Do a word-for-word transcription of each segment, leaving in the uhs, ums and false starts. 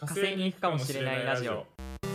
火星に行くかもしれないラジオ。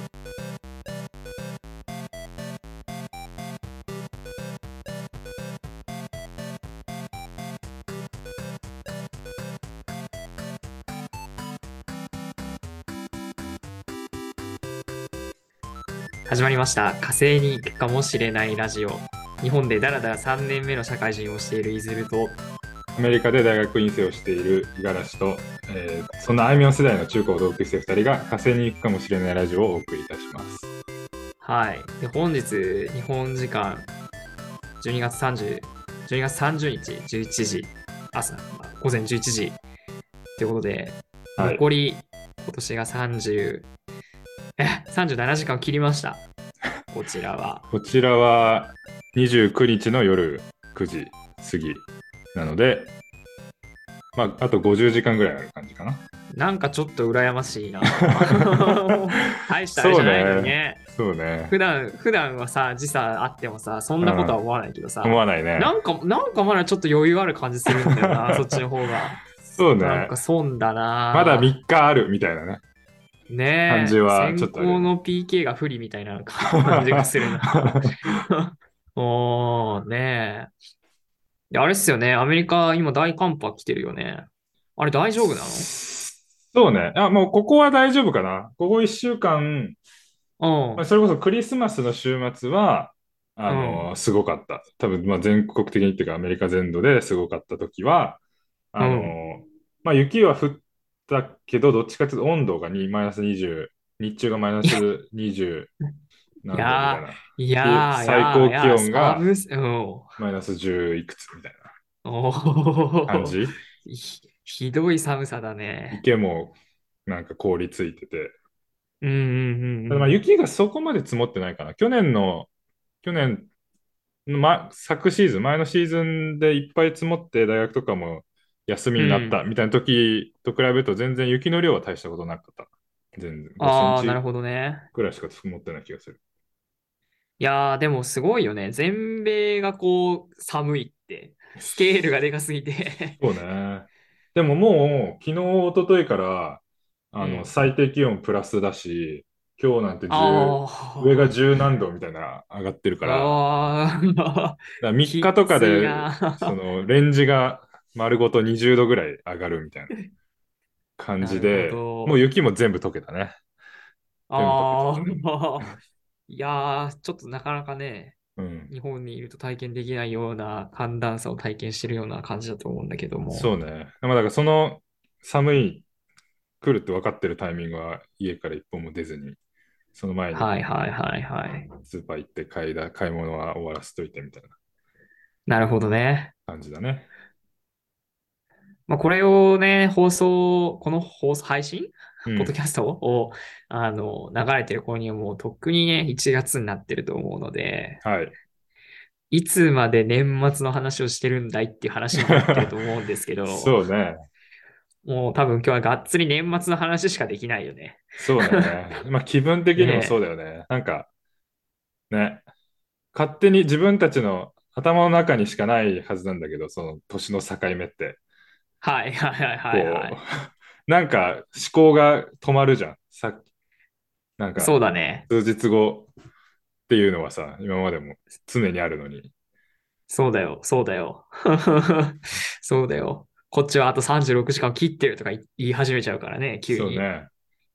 始まりました。火星に行くかもしれないラジオ。日本でだらだらさんねんめの社会人をしているいずると、 アメリカで大学院生をしている五十嵐と、えーそんなあいみょん世代の中高同級生ふたりが火星に行くかもしれないラジオをお送りいたします。 はい。で、本日、日本時間じゅうにがつさんじゅう、じゅうにがつさんじゅうにちじゅういちじ、朝、午前じゅういちじということで、 はい残り今年がさんじゅう、え、さんじゅうななじかんを切りました。こちらは。 こちらはにじゅうくにちの夜くじ過ぎなので、まあ、あとごじゅうじかんぐらいある感じかな。 なんかちょっと羨ましいな。大したあれじゃないのにね。 そうね。 普段普段はさ、時差あってもさ、そんなことは思わないけどさ、 思わないね。 なんか、なんかまだちょっと余裕ある感じするんだよな、そっちの方が。 そうねなんか。損だな。 まだみっかあるみたいなね。 ねえ、 感じはちょっとある先行の ピーケー が不利みたいな感じがするな。おー、ねえ。いやあれっすよね、アメリカ今大寒波来てるよね。あれ大丈夫なの？ そうね。あ、もうここは大丈夫かな。ここいっしゅうかん、 うん。 まあそれこそクリスマスの週末は、あの、すごかった。多分、まあ、全国的にっていうか、アメリカ全土ですごかった時は、あの、 うん。 まあ、雪は降ったけど、どっちかというと温度がにマイナスにじゅう、日中がマイナスにじゅうい何度みたいやな。 ー、いきやー、いやー、い最高気やー、 温が寒す、うん。 マイナスじゅういくつみたいおな感ー、 じ。 ひ、ひどい寒さだね。 池もなんか凍りついてて。 うんうんうんただまあうん。 雪がそこまで積もってないかな。去年の、去年の、ま、昨シーズン、前のシーズンでいっぱい積もって大学とかも休みになったうん。 みたいな時と比べると全然雪の量は大したことなかった。全然ごセンああ、なるチほどね。 くらいしか積もってない気がする。 いやー、でもすごいよね。全米がこう、寒いって、スケールがでかすぎて。 そうね。でももう昨日、一昨日からあのうん。 最低気温プラスだし、今日なんてじゅう、 あ上があ、 じゅう何度みたいな上がってるから、 ああ、 だ3 きっ日とかついでそな。 のレンジが丸ごとにじゅうどぐらい上がるみたいな感なるほじで、もうど。 雪も全部溶けたね。全部溶けちゃっあたね。 あ、いやー、ちょっとなかなかね、 うん。 日本にいると体験できないような寒暖差を体験してるような感じだと思うんだけども。 そうね。まあだからその寒い来るって分かってるタイミングは家から一歩も出ずに、その前にはいはいはいはい。 スーパー行って買いだ、買い物は終わらせといてみたいななるほどね。 感じだね。 まあ、これをね、放送、この放送、配信うん。 ポッドキャストを、あの、流れてる頃にはもうとっくにね、いちがつになってると思うので、 はい。 いつまで年末の話をしてるんだいっていう話になってると思うんですけど、 そうね。 もう多分今日はがっつり年末の話しかできないよね。 そうね。まあ気分的にもそうねだよね。なんかね、勝手に自分たちの頭の中にしかないはずなんだけど、その年の境目って。 え。はいはいはいはいはこう、 い。 なんか思考が止まるじゃん。さっき、なんかそうだね。 数日後っていうのはさ、今までも常にあるのに。 そうだよ。そうだよ。そうだよ。こっちはあとさんじゅうろくじかん切ってるとか言い始めちゃうからね、急に。 そうね。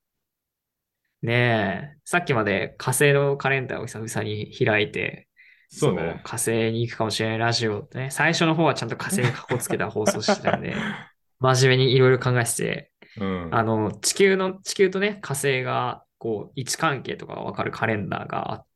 ねえ、さっきまで火星のカレンダーを久々に開いて、そう、 そうね。 火星に行くかもしれないラジオってね、最初の方はちゃんと火星にかこつけた放送してたんで、真面目にいろいろ考えてて、 うん。 あの、地球の、地球とね、火星が、こう、位置関係とかがわかるカレンダーがあって、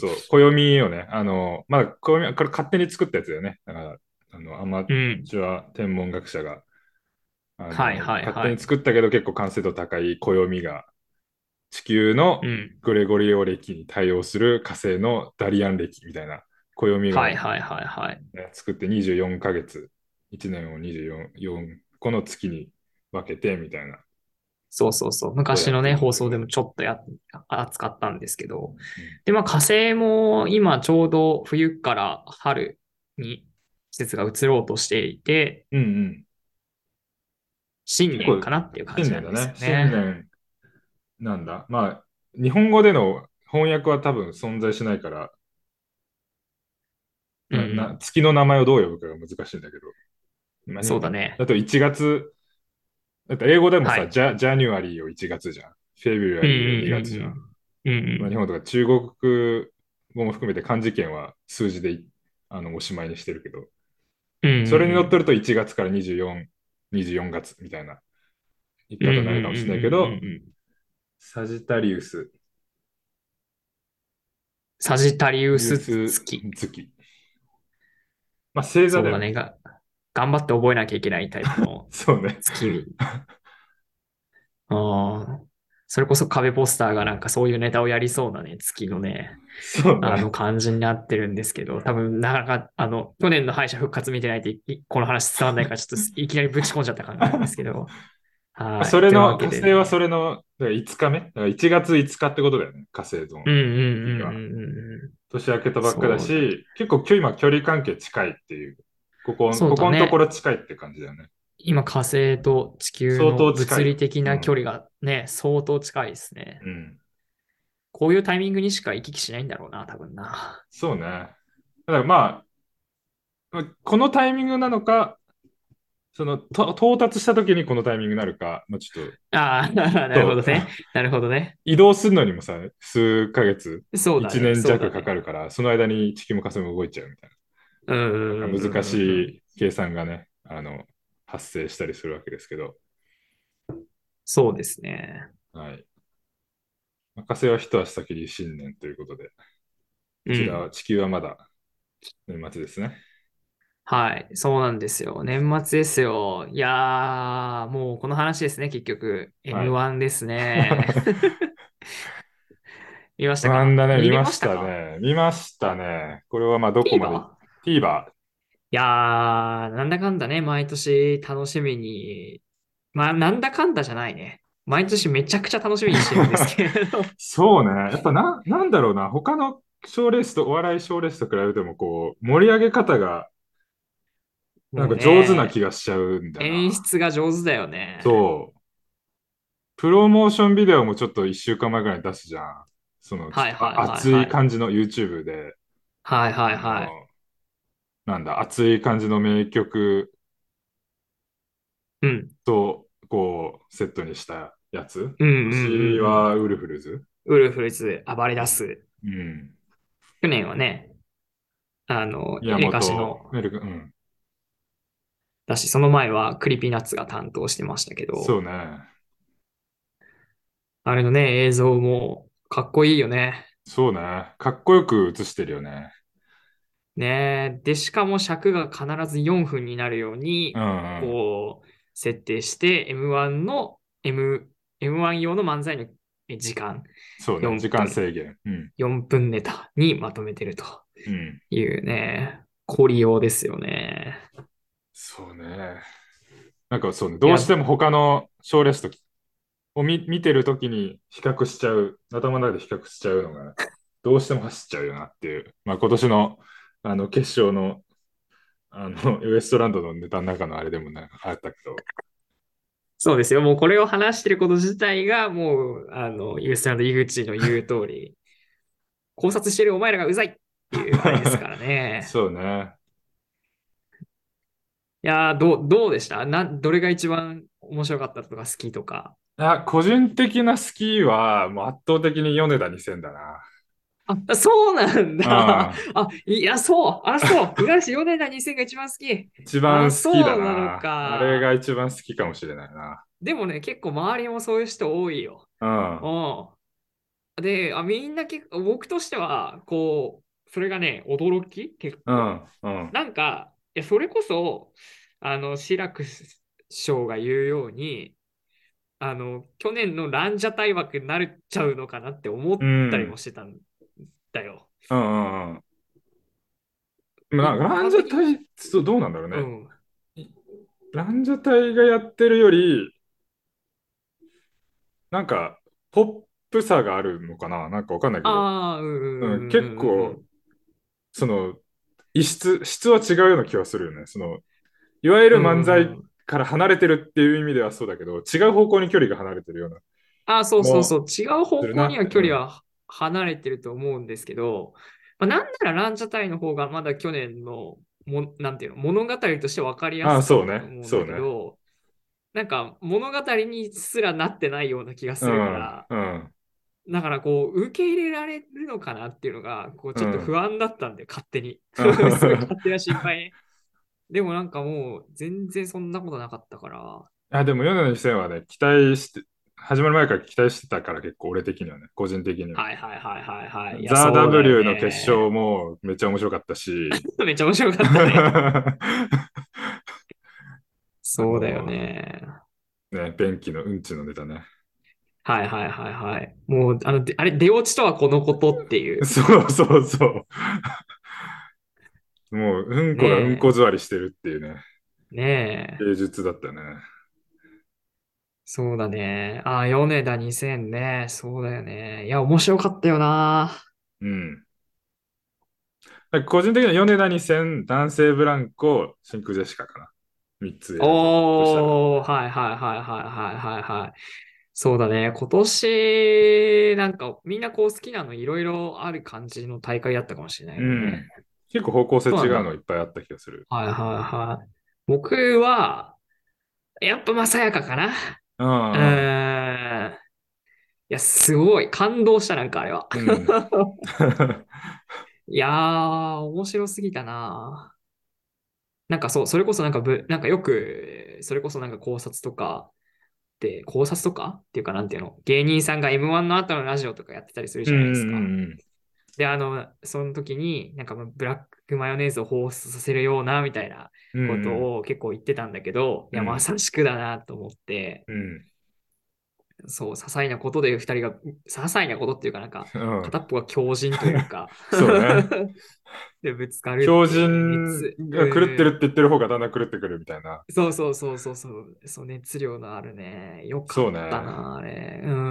そうそう。暦をね、あの、まだ暦は、これ勝手に作ったやつだよね。だから、あの、アマうん。 チュア天文学者が、あはいの、勝手にはいはい。 作ったけど結構完成度高い暦が、地球のうん。 グレゴリオ暦に対応する火星のダリアン暦みたいな暦を、 はいはいはいはい。 ね、作ってにじゅうよんかげつ、いちねんをにじゅうよん、よんこの月に分けてみたいなそうそうそう。 ことをやって昔のね、放るんだけど、 送でもちょっとや、扱ったんですけど。 うん、 で、まあ火星も今ちょうど冬から春に季節が移ろうとしていて、 うんうん。 新結構、 年かなっていう感じなんですよ新年だね。新ね。 年なんだ、まあ、日本語での翻訳は多分存在しないから、な、な、 うん。 月の名前をどう呼ぶかが難しいんだけど、まあ、日本そうだね。 だといちがつ、だって英語でもさ、 はい。 ジャ、ジャニュアリーをいちがつじゃん。フェブルアうんうリーをにがつじゃん。 んうんうん。うんうまあ、日ん。 本とか中国語も含めて漢字圏は数字でいあのおしまいにしてるけど、 うんそれに乗っうんてるといちがつからにじゅうよん、にじゅうよんがつみたいな言いうん。うん方になるかもしれないけうんうんうんど、 うんうん。 サジタリウス、 サジタリウリウスス月。 月。まあ星座だよね。 そうだね。が、頑張って覚えなきゃいけないタイプのそうね。 月。ああ。それこそ壁ポスターがなんかそういうネタをやりそうなね、月のね、 そうあのね。 感じになってるんですけど、多分なかなか、あの、去年の敗者復活見てないといいこの話伝わんないから、ちょっといきなりぶち込んじゃった感があるんですけど。はい。 それの、 というわけ火星はそでね。 れのだからいつかめだからいちがついつかってことだよね。火星のうんうんうん日が。 うんうんうん。 年明けたばっかだそうだ。 し、結構今距離関係近いっていう、ここ、 そうここのとこだね。 ろ近いって感じだよね。 今火星と地球相の当近いよ。 物理的な距うん。 離がね、相当近いですね。 うん。 こういうタイミングにしか行き来しないんだろうな、多分な。 そうね。だからまあ、このタイミングなのか、その、と到達した時にこのタイミングになるか、まあ、ちょっああ、なるほと、とどね。なるほどね。 移動するのにもさ、数ヶ月、一そうだね。 年弱かそうだね。 かるから、その間に地球も火星も動いちゃうみたいうんうんな。なんか難うんうんうんうん。 しい計算がね、あの、発生したりするわけですけど、 そうですね。 はい。まあ火星は一足先に新年ということで、こちらうん。 は地球はまだ年末ですね。 はい。そうなんですよ。年末ですよ。いやー、もうこの話ですね、結局。 はい。 エムワン ですね。見ました不安だね。 か？見れ見ましましたか？ たね。見ましたね。これはまあどこまで、 TVer？ TVer。 いやー、なんだかんだね、毎年楽しみに。まあ、なんだかんだじゃないね。毎年めちゃくちゃ楽しみにしてるんですけれど。 そうね。やっぱな、なんだろうな。他の賞レースと、お笑い賞レースと比べても、こう、盛り上げ方が、なんもうか上手な気ね、 がしちゃうんだよな。 演出が上手だよね。 そう。プロモーションビデオもちょっと一週間前ぐらいに出すじゃん。その、ちょっとあはいはいはい熱いはい。 感じの YouTube で、 はいはあいはい。 の、なんだ、熱い感じの名曲うん。 と、こう、セットにしたやつ。 うんうん今年うんうん。 はウルフルズ。 ウルフルズ暴れ出す。 うん。 去年はね、あの、 宮エレカシ本、 の、 メルク、うん。 だし、その前はクリピーナッツが担当してましたけど、 そうね。 あれのね、映像もかっこいいよね。 そうね。かっこよく映してるよね。 ねえ。で、しかも尺が必ずよんぷんになるように、 うんうん。 こう、設定して、エムワン の、M、エムワン 用の漫才の時間、 そうね。時 4分、 間制限。うん。 よんぷんネタにまとめてるとうん。 いうね、凝りようですよね。 そうね。なんかそうね。 いや、 どうしても他の賞レースとを見、見てるときに比較しちゃう、頭の中で比較しちゃうのが、どうしても走っちゃうよなっていう。まあ今年の、あの決勝の、あの、ウエストランドのネタの中のあれでもなんかあったけど、 そうですよ。もうこれを話してること自体が、もう、あの、ユーストランド井口の言う通り、考察してるお前らがうざいっていうあれですからね。 そうね。 いやー、どう、どうでしたな、どれが一番面白かったとか好きとか。 いや、個人的なスキーは、もう圧倒的に米田にせんだな。 あ、そうなんうだ。 ん。 あ、いや、そう。あ、そう。五十嵐米田にせんが一番好き。 一あ、 番好きだそうなのな。あれがか。 一番好きかもしれないな。 でもね、結構周りもそういう人多いよ。 うん。 うん。で、あ、みんな結構、僕としては、こう、それがね、驚き結構。 うん。うん。 なんか、いや、それこそ、あの、志らく師匠が言うように、あの、去年のランジャタイ枠になっちゃうのかなって思うったりもん。 してたんだよ。 うん。うん。でも一なんかラン般的に、 ジャタイ、そうどうなんだろうね。 うん。 ランジャタイがやってるより、なんか、ポップさがあるのかななんかわかんないけど、 ああ、うんうんうん、 うんうんうんう結構、 ん。 その、異質、質は違うような気はするよね。その、いわゆるうんうんう漫才ん。 から離れてるっていう意味ではそうだけど、違う方向に距離が離れてるようなあ、そうそうそもう。違う方する向にはなって。うん。 距離は離れてると思うんですけど、まあ、なんならランジャタイの方がまだ去年のも、なんていうの、物語として分かりやああ、 すかったとそうね。 思うんだそうね。 けど、なんか物語にすらなってないような気がうするかん。 ら、 うん。 だからこう、受け入れられるのかなっていうのが、こう、ちょっとうん。 不安だったんで、勝手に。 うん。 すごい勝手な心配ね。でもなんかもう、全然そんなことなかったから、 あ、でもヨネのにせんはね、期待して、始まる前から期待してたから結構俺的にはね、個人的には。 はいはいはいはいはい。いや、 ザ・そうだよ W の決勝ね。 もめっちゃ面白かったし、 めっちゃ面白かったね。 あそうだよのね。 ね、便器のうんちのネタね。 はいはいはいはい。もう、あの、であれ、出落ちとはこのことっていう。 そうそうそう。もう、うんこがうんこね座りしてるっていうね、 え。ねえ。 芸術だったね。 そうだね。ああ、米田にせんね。そうだよね。いや、面白かったよな。 うん。個人的には米田にせん、男性ブランコ、真空ジェシカかな。みっつ選ぶとしたら。 おー、はいはいはいはいはいはいはい。そうだね。今年、なんかみんなこう好きなのいろいろある感じの大会だったかもしれないね。 うん。結構方向性違うのいっそうなんだ。 ぱいあった気がする。 はいはいはい。僕は、やっぱまさやかかな。 ううんーん。いや、すごい。感動した、なんかあれは。 うん。うん。 いやー、面白すぎたな。なんかそう、それこそなんかぶ、なんかよく、それこそなんか考察とかで、考察とかっていうかなんていうの、芸人さんが エムワン の後のラジオとかやってたりするうんじゃないですか。 うんで、あの、その時に、なんかもうブラックマヨネーズを放出させるような、みたいなうん。うこんとを結構言ってたんだけど、いや、まうん。 さしくだなと思って、 うん。 そう、些細なことで二人が、些細なことっていうかなんか、 うん。 片っぽが強靭というかそうね。 で、ぶつかる強っていうね、 靭熱、うが狂ってるってん。 言ってる方がだんだん狂ってくるみたいな。 そうそうそうそうそう、そう、熱量のあるね。よかそうったね。 な、あれ。うん、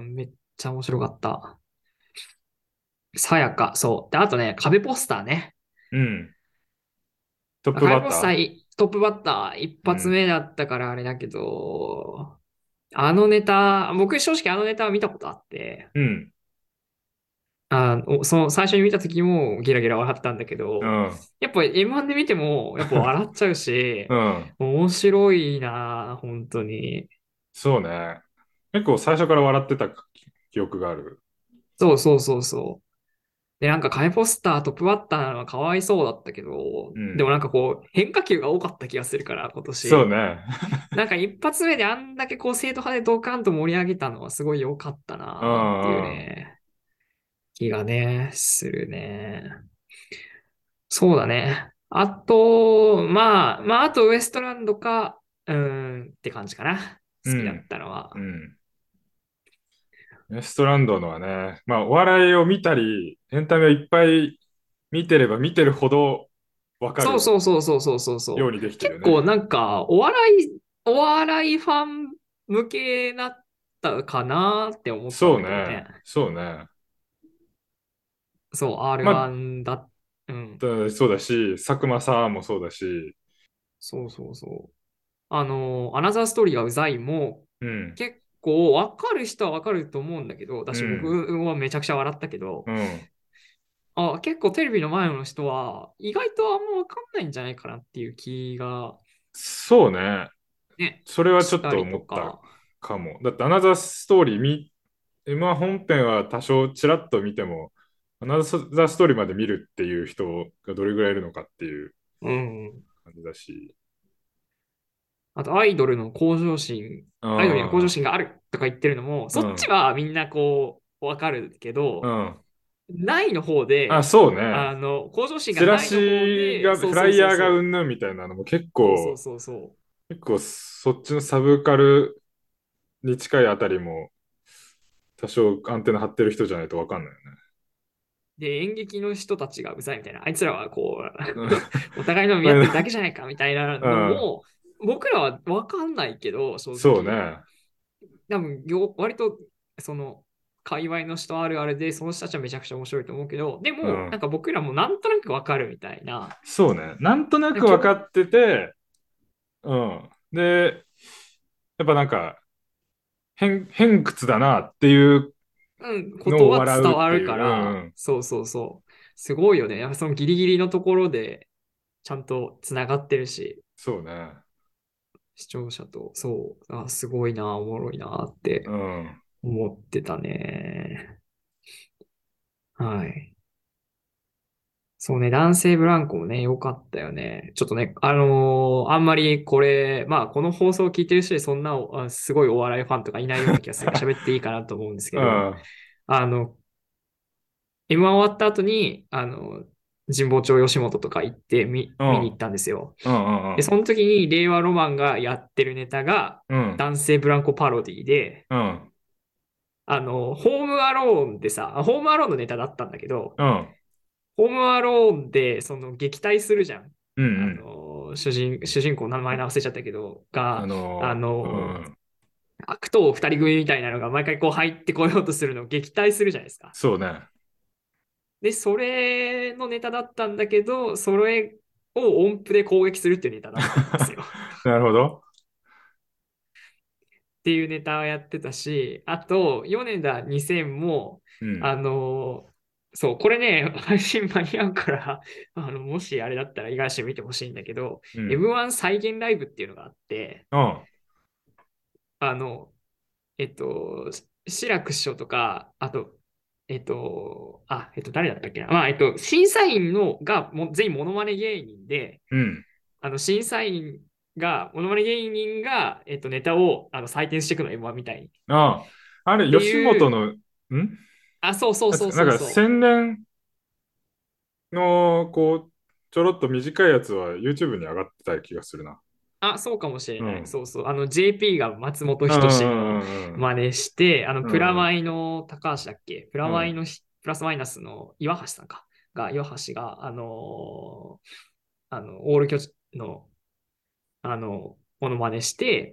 めっちゃ面白かった。さやか、そう。で、あとね、壁ポスターね。 うん。トップバ壁ポスターッタいトップバッター一ー。うん。 発目だったからあれだけど、あのネタ、僕正直あのネタは見たことあって、 うん。 あおその最初に見た時もゲラゲラ笑ったんだけど、 うん。 やっぱ エムワン で見てもやっぱ笑っちゃうし、 うん。 面白いな、本当に。 そうね。結構最初から笑ってた記憶がある。 そうそうそうそう。で、なんかカイポスタートップバッターなのはかわいそうだったけど、 うん。 でもなんかこう変化球が多かった気がするから、今年。 そうね。 なんか一発目であんだけこう生徒派でドカンと盛り上げたのはすごい良かったうなっていうんうん。 ね、気がね、するね。そうだね。あと、まあ、まあ、あとウエストランドか、うーんって感じかな。好きだっうん。 たのは。 うん。ウエストランドのはね、まあ、お笑いを見たり、エンタメをいっぱい見てれば見てるほどわかるそうそうそうそうそうそうそう。 ようにできてるよね。 結構なんか、お笑い、お笑いファン向けだったかなって思ったんそうだけどね。 ね。そうね。 そう、 まあ、 アールワン だ。うん。 だそうだし、佐久間さんもそうだし、 そうそうそう。あの、アナザーストーリーがうざいも、 うん。 結構わかる人はわかると思うんだけど、私僕うん。 はめちゃくちゃ笑ったけど、 うん。 あ、結構テレビの前の人は意外とあんまわかんないんじゃないかなっていう気がそうね。 ね、 それはちょっとしたり思ったとか。 かも。だって、アナザーストーリー見、エムワン 本編は多少ちらっと見ても、アナザーストーリーまで見るっていう人がどれぐらいいるのかっていううん。 感じだし。 あと、アイドルの向上心、 うアイドルには向上ん。 心があるとか言ってるのも、そっちうん。 はみんなこう、わかるけど、 うん。 ないの方あ、 で、 そうね。 あの、向上心がチラないの方で、 シが、 そうそうフライヤーがそうそう、 うんぬんみたいなのも結そうそう構、 そうそう。 結構そっちのサブカルに近いあたりも多少アンテナ張ってる人じゃないとわかんないよね。 で、演劇の人たちがうざいみたいな、あいつらはこうん。 う、お互いの見合ってるだけじゃないかみたいなうん。 のも、僕らはわかんないけど、正直。 そうね。 多分、よ割と、その、界隈の人あるあるで、その人たちはめちゃくちゃ面白いと思うけど、でも、なうん。 んか僕らもなんとなくわかるみたいな。 そうね。なんとなく分か共ってて、うん。で、やっぱなんか、 偏、偏屈だなっていううん、このをとは伝笑うっていう。 わるかうんうら、 ん。 そうそうそう。すごいよね。やっぱそのギリギリのところでちゃんとつながってるし、 そうね。 視聴者と、そう、あ、すごいな、おもろいなってうん。 思ってたね。はい。そうね、男性ブランコもね、良かったよね。ちょっとね、あのーあんまりこれ、まあ、この放送を聞いてる人でそんなおあすごいお笑いファンとかいないような気がするから喋っていいかなと思うんですけど、 うん。 あの、エムワン 終わった後に、あの、神保町吉本とか行って見、 うん。 見に行ったんですよ。で、 うん。 その時に令和ロマンがやってるネタがうん。 男性ブランコパロディで、 うん。 あの、ホームアローンでさ、ホームアローンのネタだったんだけど、 うん。 ホームアローンでその撃退するじゃん。 うんうあん。 の、主人、主人公の名前忘れちゃったけど、 あが、あのー、うの、 ん。 悪党二人組みたいなのが毎回こう入ってこようとするのを撃退するじゃないですか。 そうね。 で、それのネタだったんだけど、それを音符で攻撃するっていうネタだったんですよ。っなるほど。 ていうネタをやってたし、あと、米田にせんも、あうん。 の、そう、これね、配信間に合うから、あの、もしあれだったら、五十嵐見てほしいんだけど、 うん。 エムワン 再現ライブっていうのがあって、 うん。 あの、えっと、志らく師匠とか、あと、えっと、あ、えっと、誰だったっけな。まあ、えっと、審査員のがも全員モノマネ芸人で、 うん。 あの、審査員が、モノマネ芸人が、えっと、ネタをあの採点していくの、エムワン みたいに。っああ。あれ、 て吉本いう、 の、んあ、そうそうそうなんですか、なんかそうそう。 宣伝の、こう、ちょろっと短いやつは YouTube に上がってた気がするな。 あ、そうかもしれない。 うん。 そうそう。あの、ジェーピー が松本うんう人志のんうん真似して、あの、 うん。うんプラマイの高橋だっけプラマイうん。 のひプラスマイナスの岩橋さんか。が、岩橋が、あのーあの、オール巨人の、あの、モノマネして、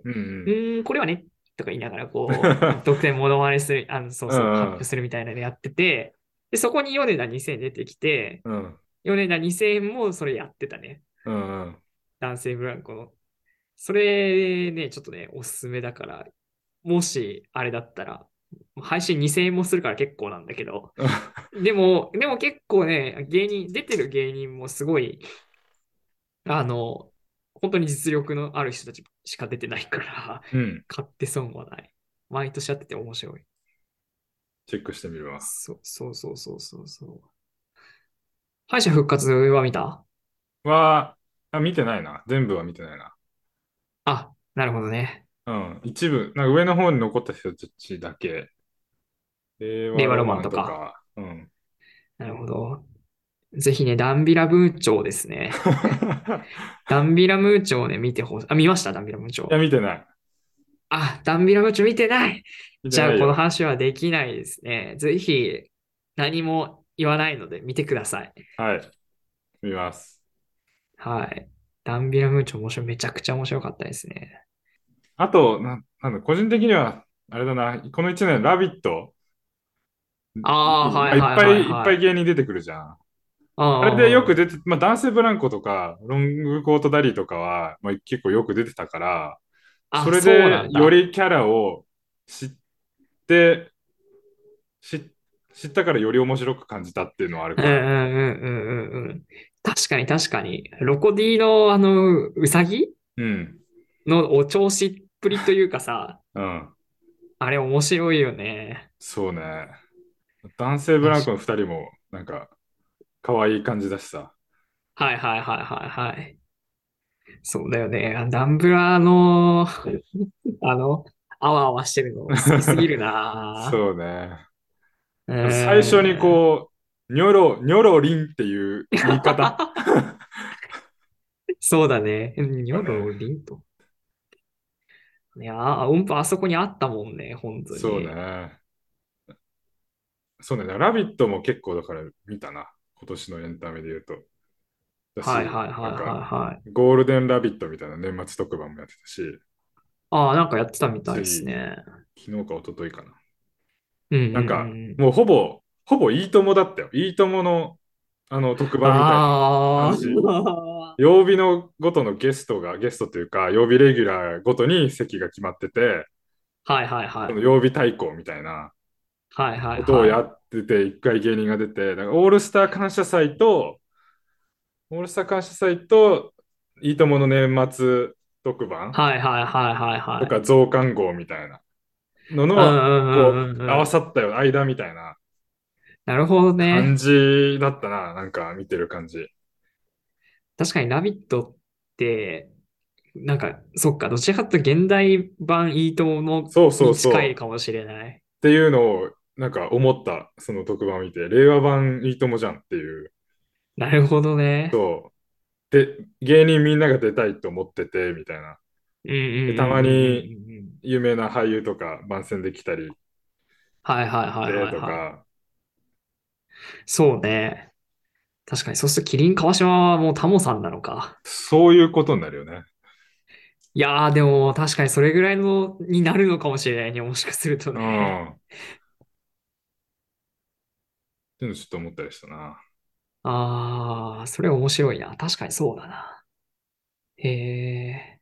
うんうん。 うーん、これはね、とか言いながら、こう、得点モノマネする、あの、そううそう、発んうん。 表するみたいなのやってて、で、そこに米田にせん出てきて、 うん米田にせんもそれやってたね。 うんうん。 男性ブランコの。それね、ちょっとね、おすすめだから、もし、あれだったら、配信にせんえんもするから結構なんだけど、でも、でも結構ね、芸人、出てる芸人もすごい、あの、本当に実力のある人たちしか出てないから、 うん。 買って損はない。毎年やってて面白い。 チェックしてみるわ。 そうそうそうそうそうそう。敗者復活は見た？ は、あ、見てないな。全部は見てないな。 あ、なるほどね。 うん。一部、なんか上の方に残った人たちだけ、令和令和ロマンロマンとか。 とか、うん。 なるほど。ぜひね、ダンビラムーチョーですね。ダンビラムーチョーね、見てほしい。あ、見ましたダンビラムーチョー。 いや、見てない。 あ、ダンビラムーチョー見てない。 見てじゃあ、このないよ。 話はできないですね。ぜひ、何も言わないので見てください。 はい。見ます。 はい。ダンビラムーチョー面白い。めちゃくちゃ面白かったですね。 あと、な、なんだ、個人的には、あれだな、この一年、ラビット、 ああ、 いまあいっはいはいぱいいっはいはい。 ぱい芸人出てくるじゃん。 うあれでよんうんうん。 く出て、まあ男性ブランコとか、ロングコートダディとかは、まあ、結構よく出てたから、そあ、 れそうなでよんだ。 りキャラを知って、知、知ったからより面白く感じたっていうのはあるうんうかんうんうんうんうん。確かに確かに。ロコディのあの、ウサギな。うん。 のお調子っぷりというかさ、 うん。 あれ面白いよね。 そうね。男性ブランコの二人も、なんか、可愛い感じだしさ。 はいはいはいはいはい。そうだよね。ダンブラーの、あの、あわあわしてるの好きすぎるな。 そうね。 う最初にーん。 こう、ニョロ、ニョロリンっていう言い方。 そうだね。ニョだね。 ロリンと。いやー、音符あそこにあったもんね、本当そうに。 ね。そうね。ラビットも結構だから見たな。今年のエンタメで言うと。だはいし、 はいはいなんか、 はいはい。 ゴールデンラビットみたいな年末特番もやってたし、 ああ、なんかやってたみたいですついね。 昨日か一昨日かな。 うんうんなんか、 うん。 もうほぼ、ほぼいいともだったよ。いいともの、あの、特番みたいなあ感じ。 あ、 曜日のごとのゲストが、ゲストというか、曜日レギュラーごとに席が決まってて、 はいはいはい。 その曜日対抗みたいなはいはいことをはい。 やってて、一回芸人が出て、だからオールスター感謝祭と、オールスター感謝祭と、いいともの年末特番はいはいはいはいとかはい。 増刊号みたいなのうんの、 うんこう、 うんうん合わうん。 さったよ、間みたいななるほど感ね。 じだったな、なんか見てる感じ。 確かにラビットって、なんか、そっか、どちらかというと現代版イートのそうそうに近そう。っいかもしれない。 ていうのを、なんか思った、その特番を見て、令和版いいともじゃんっていう。 なるほどね。 そう。で、芸人みんなが出たいと思ってて、みたいな。 うんうんうんで、たまうんうんにうんうん。 有名な俳優とか番宣で来たりはいはいはいで、 はいはい。 とか、 そうね。確かに、そうするとキリン川島はもうタモさんなのか。 そういうことになるよね。 いやー、でも確かにそれぐらいのになるのかもしれないね。もしかするとうね。 ん。っていうのちょっと思ったりしたな。 あー、それ面白いな。確かにそうだな。へえ。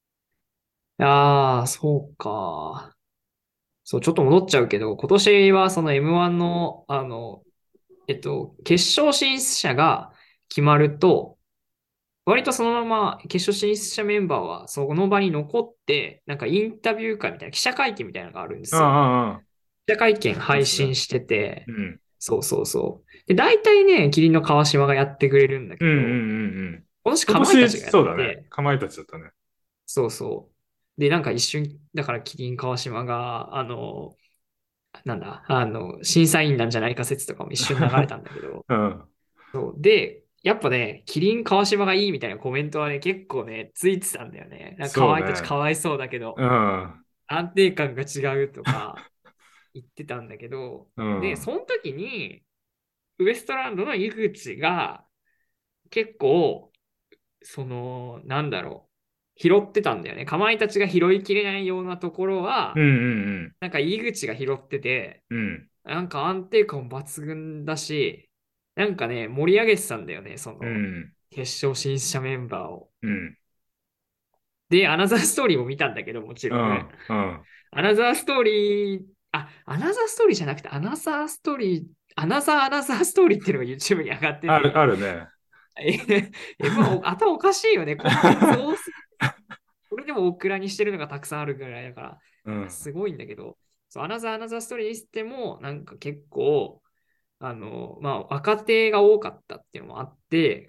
あー、そうか。そう、ちょっと戻っちゃうけど、今年はその エムワン の、あの、えっと、決勝進出者が決まると、割とそのまま決勝進出者メンバーはその場に残って、なんかインタビュー会みたいな、記者会見みたいなのがあるんであすよ。 あ、ああ、 記者会見配そうですね。 信してて、 うん。 そうそうそう。で、大体ね、キリンの川島がやってくれるんだうんうんけど、 うんうん。 今年かまいた今年、 ちがやっそうだね。 て、 かまいたちだったね。 そうそう。で、なんか一瞬、だからキリン川島が、あの、なんだ、あの、審査員なんじゃないか説とかも一瞬流れたんだけど、 うん。 そうで、やっぱね、キリン川島がいいみたいなコメントはね、結構ね、ついてたんだよね。なんか、かまいたちそうね。 かわいそうだけうど、 ん。 安定感が違うとか言ってたんだけど、 うで、 ん。 その時に、ウエストランドの井口が結構、その、なんだろう、拾ってたんだよね。かまいたちが拾いきれないようなところは、 うんうんなんか井口が拾ってて、 うん。うん。 なんか安定感抜群だし、なんかね、盛り上げてたんだよね、その、 うん。 決勝進出者メンバーを。 うん。 で、アナザーストーリーも見たんだけど、もちろん。 うん。うん。 アナザーストーリー、あ、アナザーストーリーじゃなくて、アナザーストーリー、アナザーアナザーストーリーっていうのが YouTube に上がってある、あて、 るね。 え、エムワンお頭おかしいよね。コンテンツ多すぎ。それでもオクラにしてるのがたくさんあるぐらいだから、 うん。 なんかすごいんだけど、そう、アナザーアナザーストーリーにしても、なんか結構、あの、まあ、若手が多かったっていうのもあって、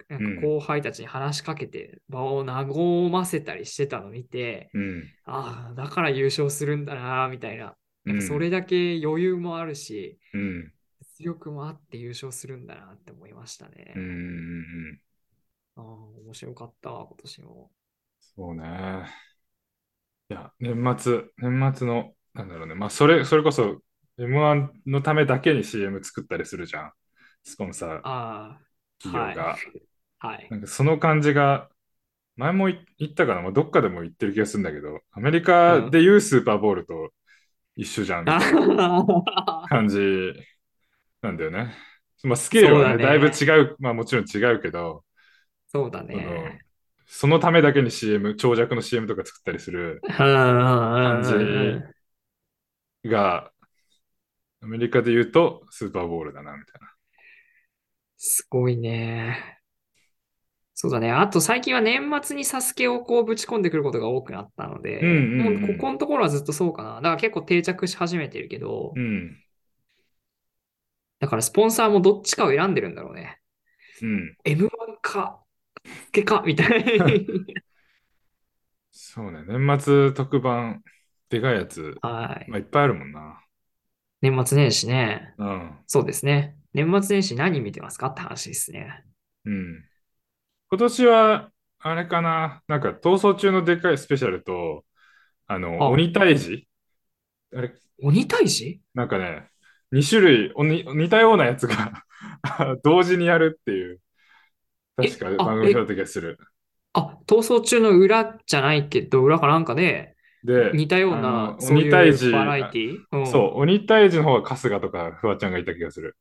なんかうん。 後輩たちに話しかけて場を和ませたりしてたのを見て、 うん。 ああ、だから優勝するんだな、みたいな。なんかそうん。 れだけ余裕もあるし、 うん。 実力もあって優勝するんだなって思いましたうん。うね。 ん。 ああ、面白かったわ、今年も。 そうね。いや、年末、年末の、なんだろうね。まあ、それ、それこそ エムワン のためだけに シーエム 作ったりするじゃん。スポンサーああ、はい。 企業が。 はい。 なんかその感じが、前もい言ったかな、まあ、どっかでも言ってる気がするんだけど、アメリカでうん。 いうスーパーボールと一緒じゃんみたいなあ感じなんだよね。まあ、スケールそうだはね、だいぶ違ね。 う、まあもちろん違うけど、 そうだその、 ね。 そのためだけに シーエム、長尺の シーエム とか作ったりするうんうん感うんうんうじん。 が、アメリカで言うとスーパーボールだな、みたいな。 すごいね。そうだね。あと最近は年末にサスケをこうぶち込んでくることが多くなったのうんうで、もうここんのところはずっとそうかな。だから結構定着し始めてるけど、 うん。うん。 だからスポンサーもどっちかを選んでるんだろうね。 うん。 エムワン か、サスケか、みたい。 そうね、年末特番、でかいやつ、 はい。 まあいっぱいあるもんな。 年末年始ね。 うん。 そうですね。年末年始何見てますかって話ですね。 うん。今年は、あれかな、なんか、逃走中のでかいスペシャルと、あの、 あ、 鬼退治あれ、 鬼退治なんかね、に種類鬼、似たようなやつが同時にやるっていう、確え、 か番あ、 組だったえ、 気がする。 あ、逃走中の裏じゃないけど、裏かなんかで、 で、 似たような、 あの、 そう鬼退いうバラ治、あエティうん。 そう、鬼退治の方が春日とかフワちゃんがいた気がする。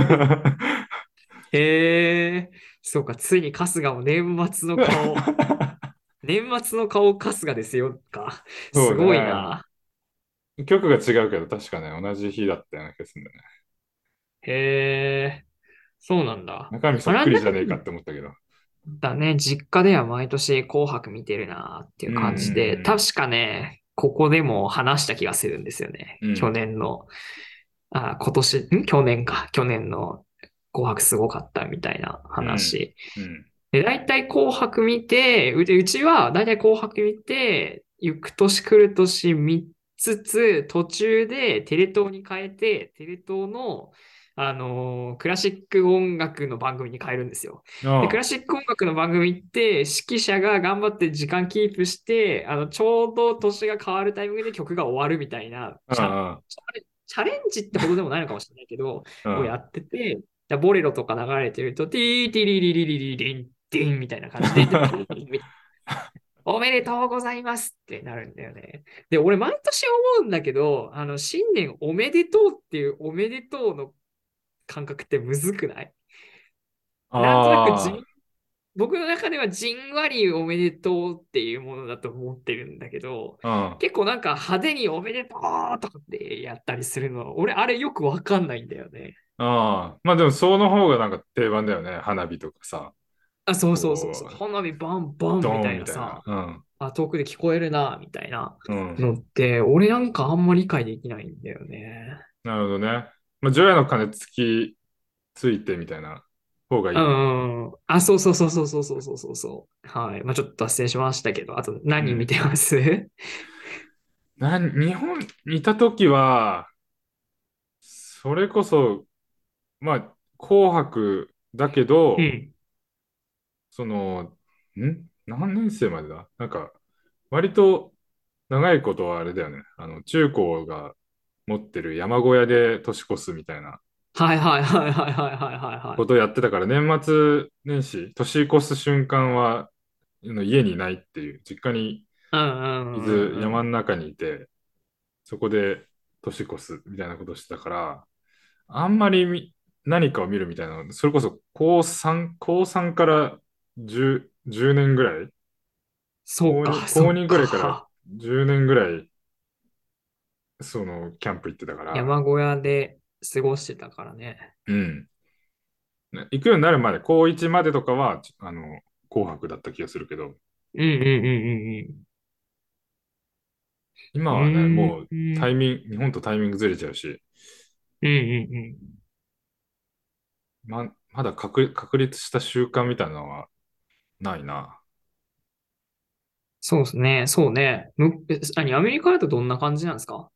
へえ、そうか、ついに春日も年末の顔。 年末の顔春日ですよか。 そうすごいね。 な。 曲が違うけど、確かね、同じ日だったような気がするんだよね。 へえ、そうなんだ。まあ、 中身そっなんだかんくりじゃねえかって思ったけど。 だね、実家では毎年紅白見てるなっていううん感じで、 うん確かね、ここでも話した気がするんですよね。 うん。う去ん。 年の、あ、今年、ん去年か。去年の紅白すごかったみたいなうん。 話。 うん。 で、大体紅白見て、うちうちは大体紅白見て、行く年来る年見つつ、途中でテレ東に変えて、テレ東の、あのークラシック音楽の番組に変えるんですよ。で、クラあシック音楽の番組って、指揮者が頑張って時間キープして、あの、ちょうど年が変わるタイミングで曲が終わるみたいな、 あ。 チャ、 あチャレチャレンジってほどでもないのかもしれないけど、 あ。ああ。 をやってて、だボレロとか流れてると、ティーティリリリリリリン、ディンみたいな感じで、で、ピーみたいなおめでとうございますってなるんだよね。で、俺毎年思うんだけど、あの、新年おめでとうっていうおめでとうの感覚ってむずくない？なんとなくじあん、僕の中ではじんわりおめでとうっていうものだと思ってるんだけど、 あ。 結構なんか派手におめでとうとかってやったりするの、俺あれよくわかんないんだよね。 うん。ああ。まあでもその方がなんか定番だよね。花火とかさ。 あ、そうそうそうそう。 こう、 花火バンバンみたドーンいなさ、 みたいな。うん。 あ、遠くで聞こえるな、みたいなうん。 のって、俺なんかあんま理解できないんだよね。 なるほどね。まあ、除夜の鐘つきついてみたいな方がいういの。 ん。あ、そうそうそうそうそうそうそうそうそう。はい。まあちょっと脱線しましたけど、あと何見うん。 てます？ な、日本にいたときは、それこそ、まあ、紅白だけど、 うん。 その、ん何年生までだなんか、割と長いことはあれだよね。あの、中高が持ってる山小屋で年越すみたいなはいはいはいはいはいはいはいはい。 ことをやってたから、年末年始、年越す瞬間は、あの家にいないっていう、実家にうんうん伊うん豆、山うん。 の中にいて、そこで年越すみたいなことをしてたから、あんまりみ何かを見るみたいな、それこそ高さん、高さんからじゅう、じゅうねんぐらい、高に、 そうか、そ高っにぐらいからか。 じゅうねんぐらい、その、キャンプ行ってたから、 山小屋で過ごしてたからね。 うん。ね行くようになるまで、高いちまでとかは、ちあの、紅白だった気がするけど、 うんうんうんうんうん。 今はね、 うもうーん。 タイミング、日本とタイミングずれちゃうし、 うんうんうん。 ま、まだ確、確立した習慣みたいなのはないな。 そうですね。そうね。む、え何、アメリカだとどんな感じなんですか？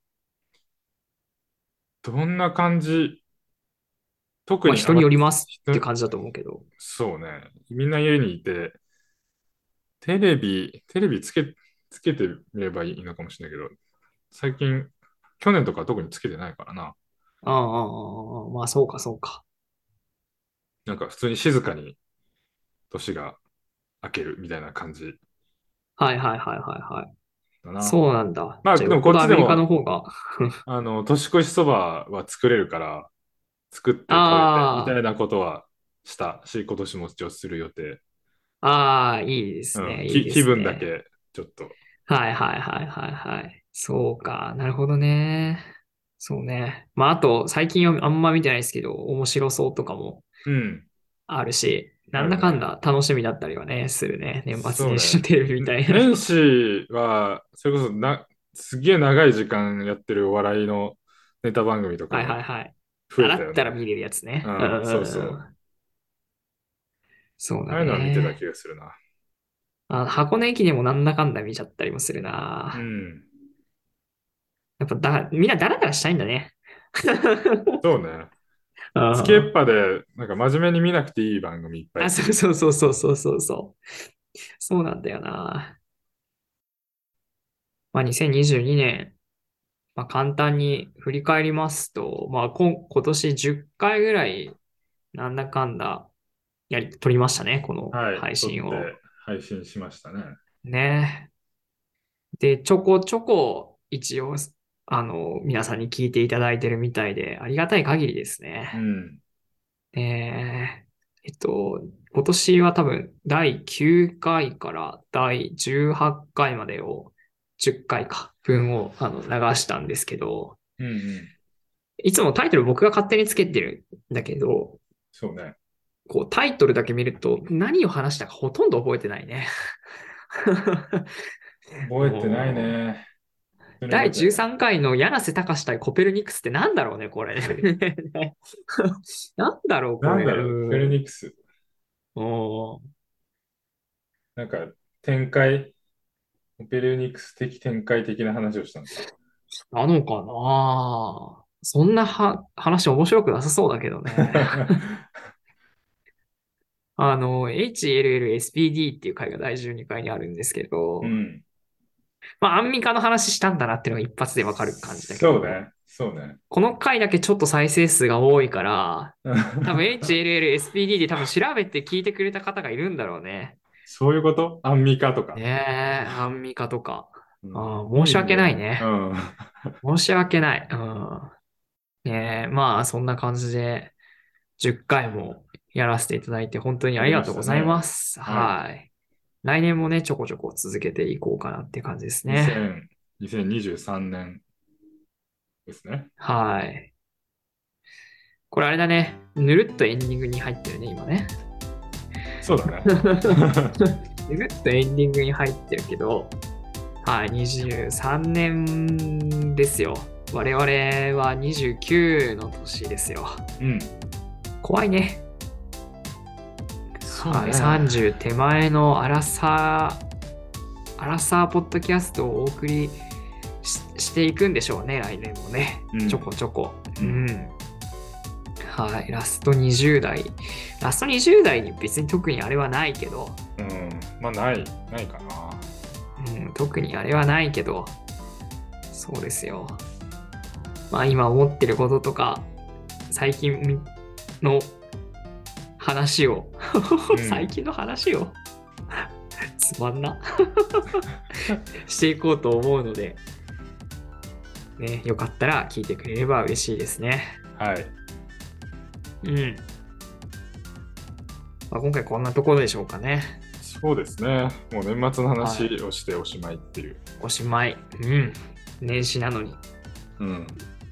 どんな感じ？特まあに、あ、ま、 人によりますって人感じだと思うけど。 そうね。みんな家にいて、テレビ、テレビつけ、つけてみればいいのかもしれないけど、最近、去年とか特につけてないからな。 ああ、ああ、ああまあそうかそうか。 なんか普通に静かに年が明けるみたいな感じはいはいはいはいはい。 だな。 そうなんだ。 まあ、 じゃあよっでもこっぽどアメリカのちでも、 方があの、年越しそばは作れるから、作って食べてみたあいなことはしたし、今年も一応する予定。 あ、ああ、いいですうん、 ね。いいき、 で気すね。 分だけ、ちょっと。 はいはいはいはいはい。そうか。なるほどね。そうね。まああと、最近はあんま見てないですけど、面白そうとかもうん、 あるし、なんだかんあるね。 だ楽しみだったりはね、するね。年末年始のそうね。 テレビみたいな年の。 始は、それこそな、すげえ長い時間やってるお笑いのネタ番組とかはいはいがはい。 増あ、だえたよね。 ったら見れるやつね。うんうん、そうそう。 うんうん。そうだああいうのは見てた気ね。 がするな。 あ、箱根駅伝もなんだかんだ見ちゃったりもするな。 うん。 やっぱだ、みんなダラダラしたいんだね。 そうね。 うつけっん。 ぱで、なんか真面目に見なくていい番組いっぱいあ、 やってる。 そうそうそうそうそうそうそう。そうなんだよな。まあ、にせんにじゅうにねん、まあ、簡単に振り返りますと、まあ、今、今年じゅっかいぐらい、なんだかんだ、やり、撮りましたね、このはい。 配撮っ信を。 て配信しましたね。 ね。で、ちょこちょこ、一応、あの、皆さんに聞いていただいてるみたいで、ありがたい限りですね。 うん。 えーえっと、 今年は多分だいきゅうかいからだいじゅうはちかいまでをじゅっかいか分をあの流したんですけど、 うんうん。 いつもタイトル僕が勝手につけてるんだけど、 そうね。 こうタイトルだけ見ると何を話したかほとんど覚えてないね。 覚えてないね。 だいじゅうさんかいの柳瀬隆対コペルニクスってなんだろうね、これ。なんだろう、これ。 なんだろう、フェルニクス。 おーなんか、展開、コペルニクス的展開的な話をしたんですか。 なのかなそんなは話面白くなさそうだけどね。あの、エイチエルエルエスピーディー っていう回がだいじゅうにかいにあるんですけど、 うん。 まあ、アンミカの話したんだなっていうのが一発でわかる感じだけど、 そうね。そうね。 この回だけちょっと再生数が多いから、多分 エイチエルエルエスピーディー で多分調べて聞いてくれた方がいるんだろうね。 そういうことアンミカとか。 ねえ、アンミカとか。 うんあー申し訳ないね。 うん。 申し訳ない。うんねえ、まあ、そんな感じで、じゅっかいもやらせていただいて、本当にありがとうございます。 やりましたねはい。来年もね、ちょこちょこ続けていこうかなっていう感じですね。 にせんにじゅうさんねんですね。 はい。これあれだね。ぬるっとエンディングに入ってるね、今ね。 そうだね。 ぬるっとエンディングに入ってるけど、はい、にじゅうさんねんですよ。我々はにじゅうきゅうの年ですよ。 うん。 怖いね。 そうね。 はい、さんじゅう手前のアラサー、アラサーポッドキャストをお送り し, していくんでしょうね、来年もね。 うんちょこちょこ。 ううんん。はい、ラストにじゅう代。ラストにじゅう代に別に特にあれはないけど、 うん。まあ、ない、ないかな。 うん、特にあれはないけど、そうですよ。まあ今思ってることとか、最近の話を、 うん最近の話を、つまんなしていこうと思うので、ね、よかったら聞いてくれれば嬉しいですね。 はい。 うん。まあ、今回こんなところでしょうかね。 そうですね。もう年末の話をしておしまいっていう。 おしまい。うん。年始なのに。 うん。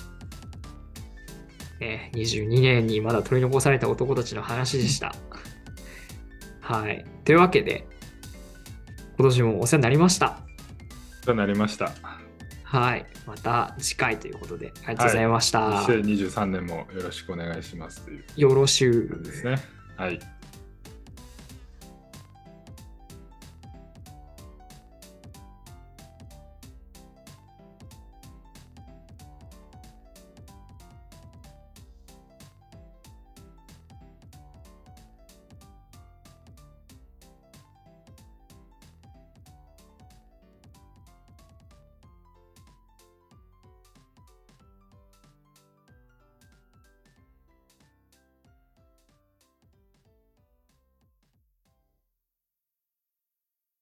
ね、にじゅうにねんにまだ取り残された男たちの話でした。はい。というわけで、今年もお世話になりました。 となりました。 はい。また次回ということで、ありがとうございました。 にせんにじゅうさんねんもよろしくお願いしますというよろしゅうですね。はい。